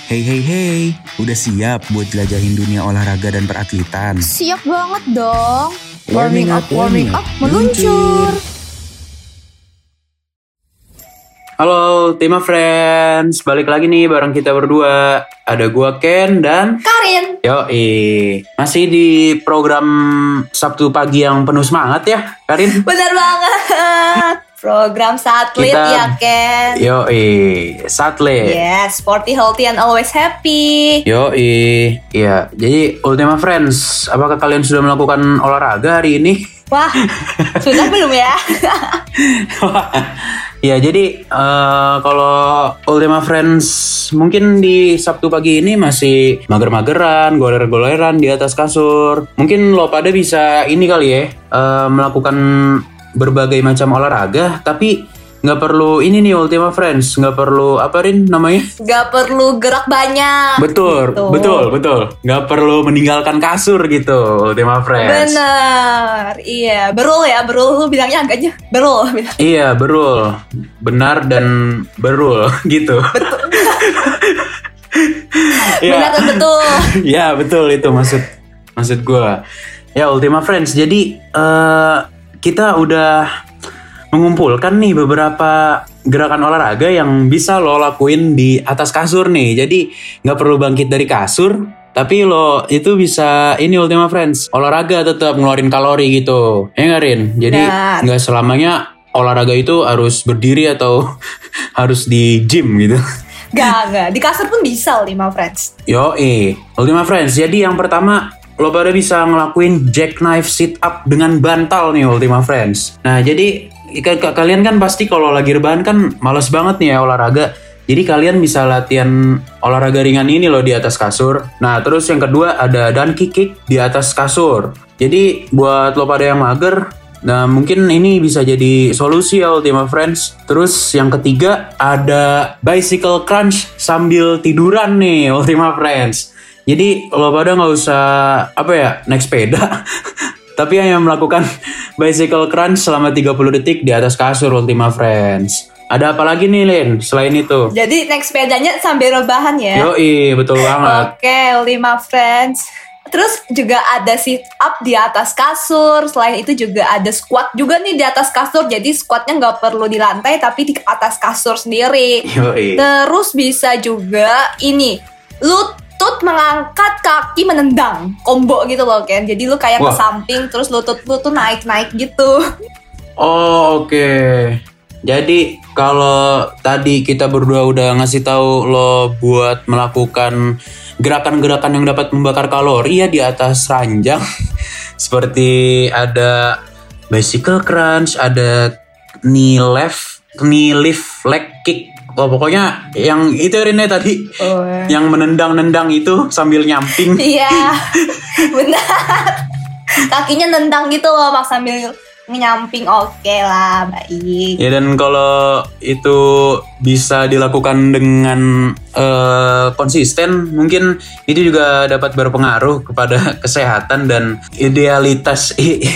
Hey hey hey, udah siap buat jelajahin dunia olahraga dan peratletan? Siap banget dong. Warming up, meluncur. Halo Tima Friends, balik lagi nih bareng kita berdua. Ada gua Ken dan Karin. Yoi, masih di program Sabtu pagi yang penuh semangat ya Karin? Benar banget. Program Satlit ya Ken. Yoi, Satlit. Yes, sporty, healthy, and always happy. Yoi, iya. Jadi Ultima Friends, apakah kalian sudah melakukan olahraga hari ini? Wah, sudah belum ya? Ya jadi kalau Ultima Friends mungkin di Sabtu pagi ini masih mager-mageran, goler-goleran di atas kasur. Mungkin lo pada bisa ini kali ya, melakukan berbagai macam olahraga, tapi nggak perlu ini nih Ultima Friends, nggak perlu apa Rin namanya? Nggak perlu gerak banyak. Betul. Nggak perlu meninggalkan kasur gitu Ultima Friends. Bener, iya. Berul lu bilangnya agaknya berul. Iya, berul. Benar dan berul gitu. Betul. Ya. Benar dan betul. Ya, betul itu maksud gue. Ya, Ultima Friends. Jadi kita udah mengumpulkan nih beberapa gerakan olahraga yang bisa lo lakuin di atas kasur nih. Jadi nggak perlu bangkit dari kasur, tapi lo itu bisa ini Ultima Friends, olahraga tetap ngeluarin kalori gitu. Ya nggak Rin? Jadi nggak selamanya olahraga itu harus berdiri atau harus di gym gitu. Gak. Di kasur pun bisa Ultima Friends. Ultima Friends. Jadi yang pertama lo pada bisa ngelakuin jackknife sit up dengan bantal nih Ultima Friends. Nah jadi kalian kan pasti kalau lagi rebahan kan males banget nih ya olahraga. Jadi kalian bisa latihan olahraga ringan ini loh di atas kasur. Nah terus yang kedua ada donkey kick di atas kasur. Jadi buat lo pada yang mager, nah mungkin ini bisa jadi solusi ya Ultima Friends. Terus yang ketiga ada bicycle crunch sambil tiduran nih Ultima Friends. Jadi lo pada nggak usah naik sepeda, tapi hanya melakukan bicycle crunch selama 30 detik di atas kasur Ultima Friends. Ada apa lagi nih Lin selain itu? Jadi naik sepedanya sambil rebahan ya? Yoi, betul banget. Oke, Ultima Friends. Terus juga ada sit up di atas kasur. Selain itu juga ada squat juga nih di atas kasur. Jadi squatnya nggak perlu di lantai tapi di atas kasur sendiri. Yoi. Terus bisa juga ini lutut mengangkat kaki menendang, combo gitu loh Ken. Jadi lu kayak ke samping terus lutut lu tuh naik-naik gitu. Oh oke. Jadi kalau tadi kita berdua udah ngasih tahu lo buat melakukan gerakan-gerakan yang dapat membakar kalori ya di atas ranjang. Seperti ada bicycle crunch, ada knee lift leg kick. Oh, pokoknya yang itu Rine tadi, yang menendang-nendang itu sambil nyamping. Iya, benar. Kakinya nendang gitu loh, mak sambil nyamping. Oke lah, baik. Ya dan kalau itu bisa dilakukan dengan konsisten, mungkin itu juga dapat berpengaruh kepada kesehatan dan idealitas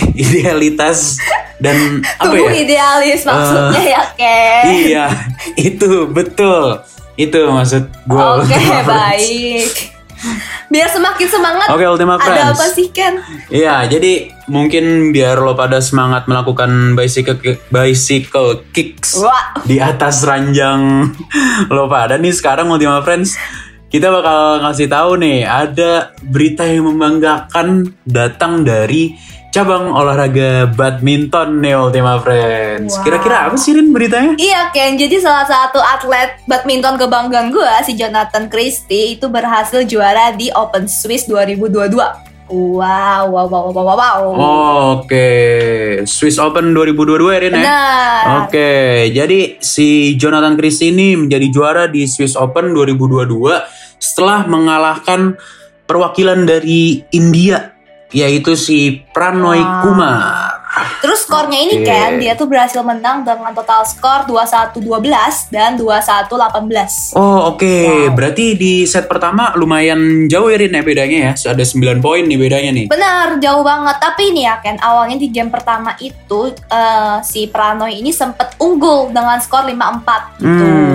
dan tubuh idealis maksudnya ya Ken. Iya, itu betul. Itu maksud gue. Oke, baik. Biar semakin semangat. Oke, Ultima Friends. Ada apa sih Ken? Iya, jadi mungkin biar lo pada semangat melakukan bicycle kicks di atas ranjang lo pada nih sekarang Ultima Friends. Kita bakal ngasih tahu nih ada berita yang membanggakan datang dari cabang olahraga badminton nih Ultima Friends. Kira-kira apa sih Rin beritanya? Iya Ken, jadi salah satu atlet badminton kebanggaan gue, si Jonathan Christie itu berhasil juara di Open Swiss 2022. Wow. Oke. Swiss Open 2022 ya Rin ya? Benar. Oke, jadi si Jonathan Christie ini menjadi juara di Swiss Open 2022 setelah mengalahkan perwakilan dari India, yaitu si Pranoy Kumar. Terus skornya ini kan dia tuh berhasil menang dengan total skor 21-12 dan 21-18. Oh oke. Berarti di set pertama lumayan jauh ya Rin ya bedanya ya. Ada 9 poin nih bedanya nih. Benar, jauh banget. Tapi ini ya Ken, awalnya di game pertama itu si Pranoy ini sempet unggul dengan skor 5-4 gitu.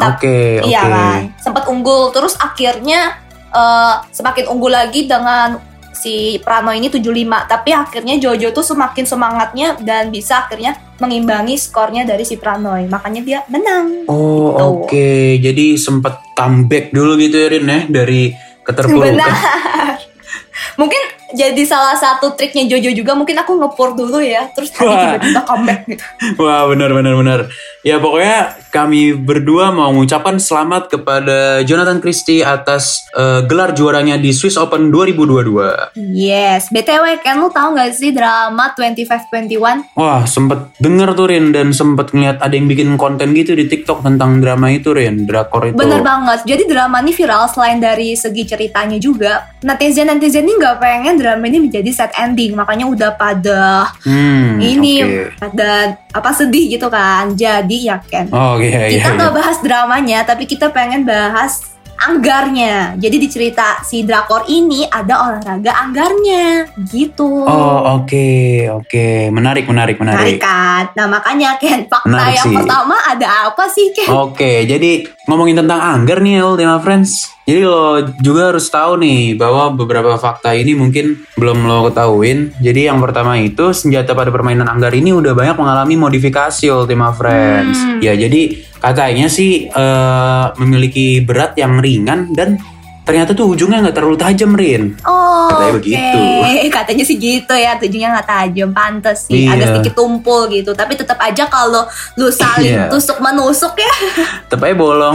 Oke. Iya kan, sempat unggul terus akhirnya semakin unggul lagi dengan si Prano ini 75, tapi akhirnya Jojo tuh semakin semangatnya dan bisa akhirnya mengimbangi skornya dari si Pranoy, makanya dia menang. Oh gitu. oke, jadi sempat comeback dulu gitu ya Rin ya dari keterpurukan. Benar. Mungkin jadi salah satu triknya Jojo juga, mungkin aku ngepur dulu ya, terus tadi Wah. tiba-tiba comeback gitu. Wah benar. Ya pokoknya kami berdua mau mengucapkan selamat kepada Jonathan Christie atas gelar juaranya di Swiss Open 2022. Yes, BTW Ken, lu tahu gak sih drama 25-21? Wah sempet denger tuh Rin, dan sempet ngeliat ada yang bikin konten gitu di TikTok tentang drama itu Rin, drakor itu. Bener banget, jadi drama ini viral selain dari segi ceritanya juga. Netizen ini gak pengen drama ini menjadi sad ending, makanya udah pada ini oke. pada sedih gitu kan. Jadi ya Ken, Iya. kita nggak bahas dramanya, tapi kita pengen bahas anggarnya. Jadi di cerita si drakor ini ada olahraga anggarnya gitu. Oh oke. Menarik. Menarik kan? Nah makanya Ken, fakta Menarik yang sih. pertama ada apa sih Ken? Oke, jadi ngomongin tentang anggar nih Ultima Friends. Jadi lo juga harus tahu nih bahwa beberapa fakta ini mungkin belum lo ketahuin. Jadi yang pertama itu senjata pada permainan anggar ini udah banyak mengalami modifikasi Ultima Friends. Ya jadi katanya sih memiliki berat yang ringan dan ternyata tuh ujungnya nggak terlalu tajam Rin. Oh, Katanya oke. begitu. Katanya sih gitu ya, ujungnya nggak tajam, pantes sih, Iya. agak sedikit tumpul gitu. Tapi tetap aja kalau lu saling Iya. tusuk menusuk ya, Tepatnya bolong.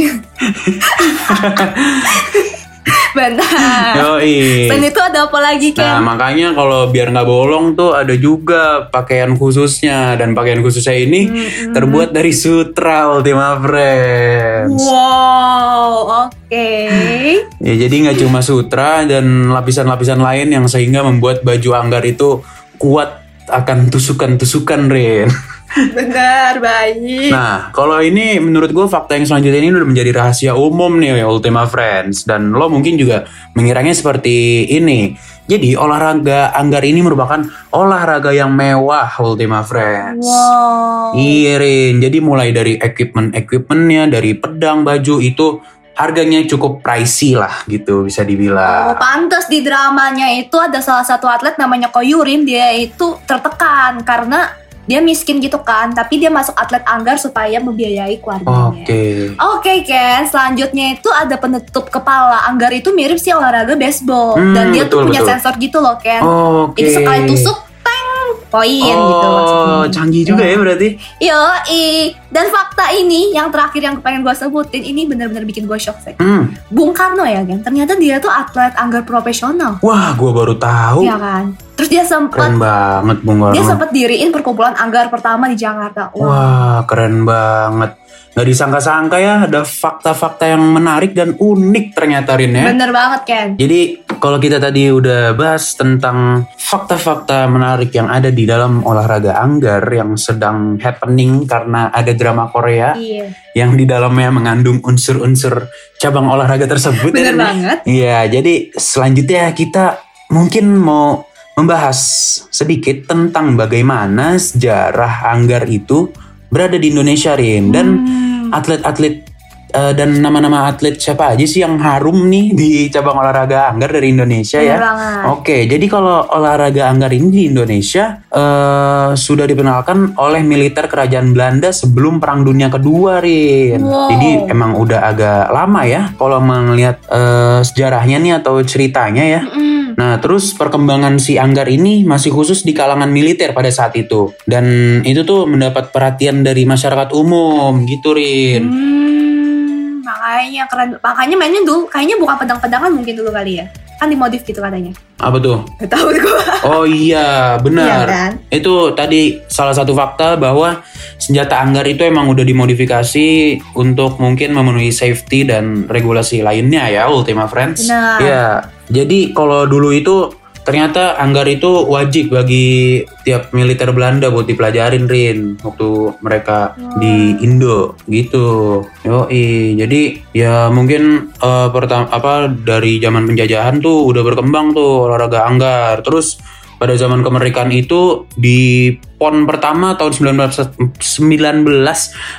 benar. Yoi. Selain itu ada apa lagi Nah Ken? makanya kalau biar nggak bolong tuh ada juga pakaian khususnya, dan pakaian khususnya ini terbuat dari sutra Ultima Friends. Wow, oke. Ya jadi nggak cuma sutra dan lapisan-lapisan lain yang sehingga membuat baju anggar itu kuat akan tusukan-tusukan Rin. Benar, baik. Nah kalau ini menurut gue fakta yang selanjutnya ini udah menjadi rahasia umum nih Ultima Friends, dan lo mungkin juga mengiranya seperti ini. Jadi olahraga anggar ini merupakan olahraga yang mewah Ultima Friends. Wow. Iya Rin, jadi mulai dari equipmentnya, dari pedang, baju itu harganya cukup pricey lah gitu bisa dibilang. Oh, pantes di dramanya itu ada salah satu atlet namanya Koyurim, dia itu tertekan karena dia miskin gitu kan, tapi dia masuk atlet anggar supaya membiayai keluarganya. Oke Ken, selanjutnya itu ada penutup kepala. Anggar itu mirip sih olahraga baseball, dan dia tuh punya sensor gitu loh Ken. Jadi sekali tusuk, poin gitu maksudnya. Canggih juga ya berarti. Yoi. Dan fakta ini yang terakhir yang pengen gue sebutin ini benar-benar bikin gue shock sih. Bung Karno ya kan, ternyata dia tuh atlet anggar profesional. Wah, gue baru tahu. Iya kan. Terus dia sempat Keren banget Bung Karno. Dia sempat diriin perkumpulan anggar pertama di Jakarta. Wah, keren banget. Gak disangka-sangka ya, ada fakta-fakta yang menarik dan unik ternyata Rin ya. Bener banget Ken. Jadi kalau kita tadi udah bahas tentang fakta-fakta menarik yang ada di dalam olahraga anggar yang sedang happening karena ada drama Korea Iya. yang di dalamnya mengandung unsur-unsur cabang olahraga tersebut. Bener ya, banget. Iya, jadi selanjutnya kita mungkin mau membahas sedikit tentang bagaimana sejarah anggar itu berada di Indonesia Rin, dan atlet-atlet dan nama-nama atlet siapa aja sih yang harum nih di cabang olahraga anggar dari Indonesia Bener ya. banget. Oke, jadi kalau olahraga anggar ini di Indonesia sudah diperkenalkan oleh militer kerajaan Belanda sebelum Perang Dunia Kedua Rin. Wow. Jadi emang udah agak lama ya kalau melihat sejarahnya nih atau ceritanya ya. Nah, terus perkembangan si anggar ini masih khusus di kalangan militer pada saat itu. Dan itu tuh mendapat perhatian dari masyarakat umum gitu, Rin. Makanya keren. Makanya mainnya dulu kayaknya bukan pedang-pedangan mungkin dulu kali ya. Kan dimodif gitu katanya. Apa tuh? Gak tahu gue. Oh iya, benar. Iya kan? Itu tadi salah satu fakta bahwa senjata anggar itu emang udah dimodifikasi untuk mungkin memenuhi safety dan regulasi lainnya ya, Ultima Friends. Benar. Ya, jadi kalau dulu itu ternyata anggar itu wajib bagi tiap militer Belanda buat dipelajarin Rin waktu mereka di Indo gitu. Yoi. Jadi ya mungkin pertama dari zaman penjajahan tuh udah berkembang tuh olahraga anggar. Terus pada zaman kemerdekaan itu di PON pertama tahun 1948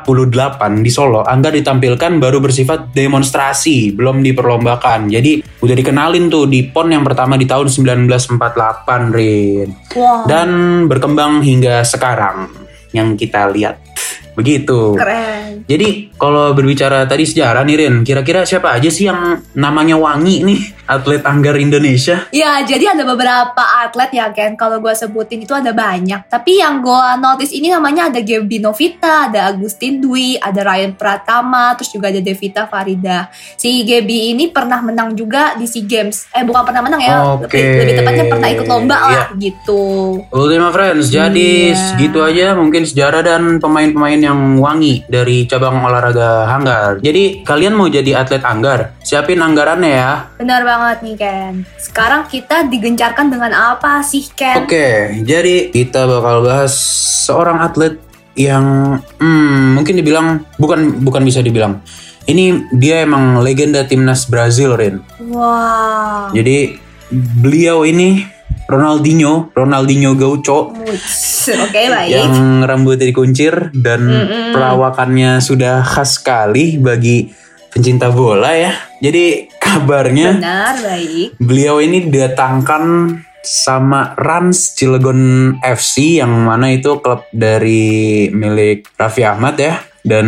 di Solo, Anggar ditampilkan baru bersifat demonstrasi, belum diperlombakan. Jadi udah dikenalin tuh di PON yang pertama di tahun 1948, Rin. Wow. Dan berkembang hingga sekarang yang kita lihat. Begitu. Keren. Jadi kalau berbicara tadi sejarah nih Rin, kira-kira siapa aja sih yang namanya Wangi nih, atlet Anggar Indonesia? Ya, jadi ada beberapa atlet ya Ken. Kalau gue sebutin itu ada banyak. Tapi yang gue notice ini namanya ada Gaby Novita, ada Agustin Dwi, ada Ryan Pratama, terus juga ada Devita Farida. Si Gaby ini pernah menang juga di SEA Games. Bukan pernah menang ya, lebih tepatnya pernah ikut lomba lah gitu. Ultima Friends, jadi segitu aja mungkin sejarah dan pemain-pemain yang wangi dari cabang olahraga Anggar. Jadi kalian mau jadi atlet Anggar, siapin anggarannya ya. Benar banget nih Ken. Sekarang kita digencarkan dengan apa sih Ken? Oke, jadi kita bakal bahas seorang atlet yang mungkin dibilang bukan bisa dibilang. Ini dia emang legenda timnas Brazil, Rin. Wow. Jadi beliau ini Ronaldinho Gaucho. Oke, baik. Yang rambutnya dikuncir dan perawakannya sudah khas sekali bagi pencinta bola ya. Jadi kabarnya benar, baik. Beliau ini didatangkan sama Rans Cilegon FC yang mana itu klub dari milik Raffi Ahmad ya. Dan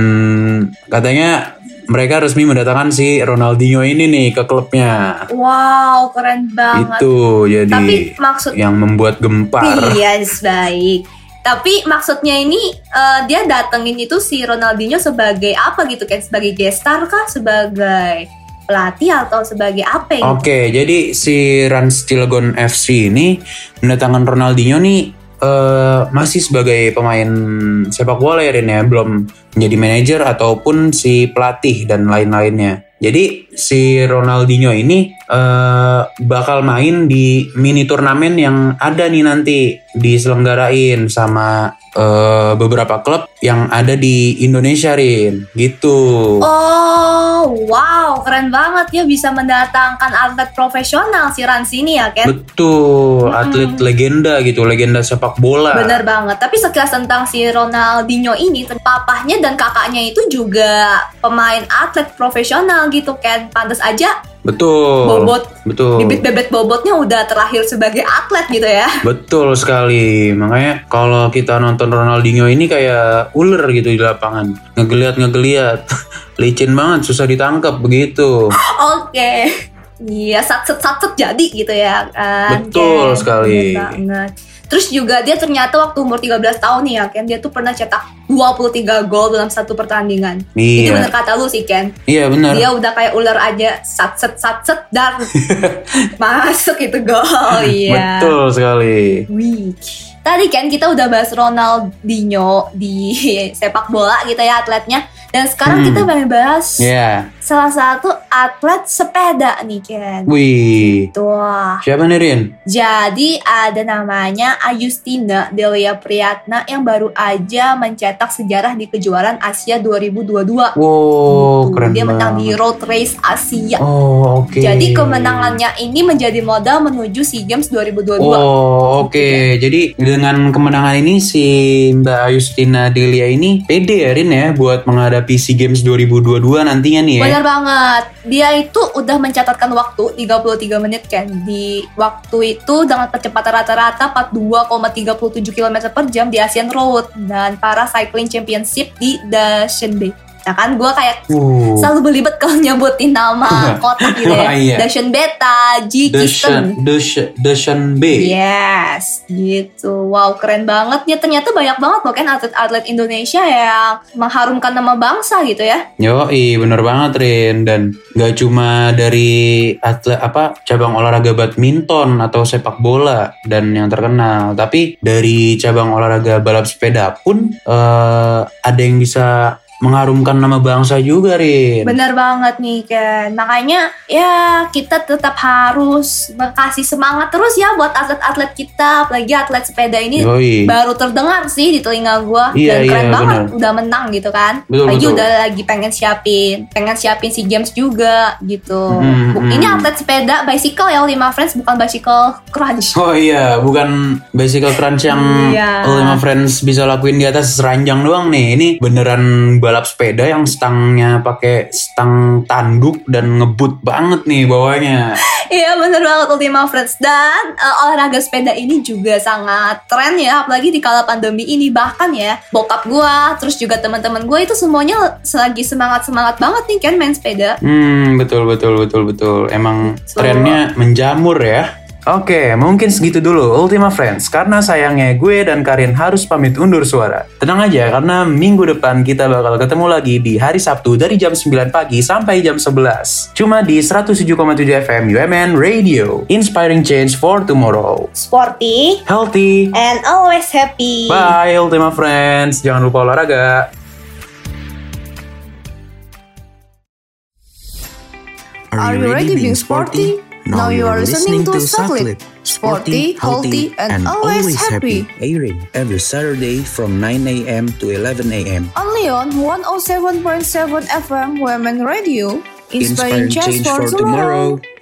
katanya mereka resmi mendatangkan si Ronaldinho ini nih ke klubnya. Wow, keren banget. Itu jadi tapi maksud yang membuat gempar. Yes, baik. Tapi maksudnya ini dia datengin itu si Ronaldinho sebagai apa gitu kan? Sebagai gestar kah? Sebagai pelatih atau sebagai apa gitu? Oke, jadi si Rans Cilegon FC ini mendatangkan Ronaldinho nih masih sebagai pemain sepak bola ya Rin ya, belum menjadi manajer ataupun si pelatih dan lain-lainnya. Jadi si Ronaldinho ini bakal main di mini turnamen yang ada nih nanti diselenggarain sama beberapa klub yang ada di Indonesia, Rin. Gitu. Oh, wow, keren banget ya bisa mendatangkan atlet profesional si Rans ini ya, Ken? Betul, atlet legenda gitu, legenda sepak bola. Bener banget. Tapi sekilas tentang si Ronaldinho ini, papahnya dan kakaknya itu juga pemain atlet profesional gitu, Ken. Pantes aja. Betul. Betul. Bibit bebet bobotnya udah terlahir sebagai atlet gitu ya. Betul sekali. Makanya kalau kita nonton Ronaldinho ini kayak ular gitu di lapangan. Ngegeliat. Licin banget, susah ditangkap begitu. Oke. Iya, satset jadi gitu ya kan. Betul sekali. Banget. Terus juga dia ternyata waktu umur 13 tahun nih ya Ken, dia tuh pernah cetak 23 gol dalam satu pertandingan. Iya. Itu bener kata lu sih Ken. Iya benar. Dia udah kayak ular aja, satset dan masuk itu gol. Iya. Betul sekali. Wih. Tadi kan kita udah bahas Ronaldinho di sepak bola gitu ya atletnya. Dan sekarang kita pengen bahas salah satu atlet sepeda nih Ken. Wih. Tuh. Siapa nih Rin? Jadi ada namanya Ayustina Delia Priyatna yang baru aja mencetak sejarah di kejuaraan Asia 2022. Wow, keren dia banget. menang di Road Race Asia. Oh, oke. Jadi kemenangannya ini menjadi modal menuju SEA Games 2022. Oh, oke. Jadi dengan kemenangan ini si Mbak Ayustina Delia ini pede ya Rin ya buat menghadapi SEA Games 2022 nantinya nih ya. Benar banget. Dia itu udah mencatatkan waktu 33 menit kan. Di waktu itu dengan percepatan rata-rata 42,37 km per jam di Asian Road dan Para Cycling Championship di Dushanbe. Nah kan gue kayak selalu belibet kalau nyebutin nama kota gitu ya. Iya. Dushanbeta, Jikiston. Dushanbe. Yes, gitu. Wow, keren banget ya. Ternyata banyak banget loh kan atlet-atlet Indonesia yang mengharumkan nama bangsa gitu ya. Yoi, bener banget Rin. Dan gak cuma dari atlet cabang olahraga badminton atau sepak bola dan yang terkenal, tapi dari cabang olahraga balap sepeda pun ada yang bisa mengharumkan nama bangsa juga, Rin. Bener banget nih Ken. Makanya ya kita tetap harus kasih semangat terus ya buat atlet-atlet kita. Apalagi atlet sepeda ini Yoi. baru terdengar sih di telinga gue. Iya, Dan keren iya, banget bener. udah menang gitu kan. Betul, Lagi betul. udah lagi pengen siapin SEA Games juga gitu. Ini atlet sepeda bicycle ya Ultima Friends, bukan bicycle crunch. Oh iya, bukan bicycle crunch yang Iya. Ultima Friends bisa lakuin di atas ranjang doang nih. Ini beneran balap sepeda yang stangnya pakai stang tanduk dan ngebut banget nih bawahnya. Iya bener banget Ultima Friends. Dan olahraga sepeda ini juga sangat tren ya. Apalagi di kala pandemi ini. Bahkan ya bokap gue, terus juga teman-teman gue itu semuanya lagi semangat banget nih kan main sepeda. Betul. Emang trennya menjamur ya. Oke, mungkin segitu dulu Ultima Friends. Karena sayangnya gue dan Karin harus pamit undur suara. Tenang aja, karena minggu depan kita bakal ketemu lagi di hari Sabtu dari jam 9 pagi sampai jam 11. Cuma di 107,7 FM UMN Radio. Inspiring change for tomorrow. Sporty Healthy. and always happy. Bye Ultima Friends. Jangan lupa olahraga. Are you ready being sporty? Now you are listening to Satellite. Sporty, healthy, and always happy. Airing every Saturday from 9 a.m. to 11 a.m. Only on 107.7 FM Women Radio. Inspiring change for tomorrow.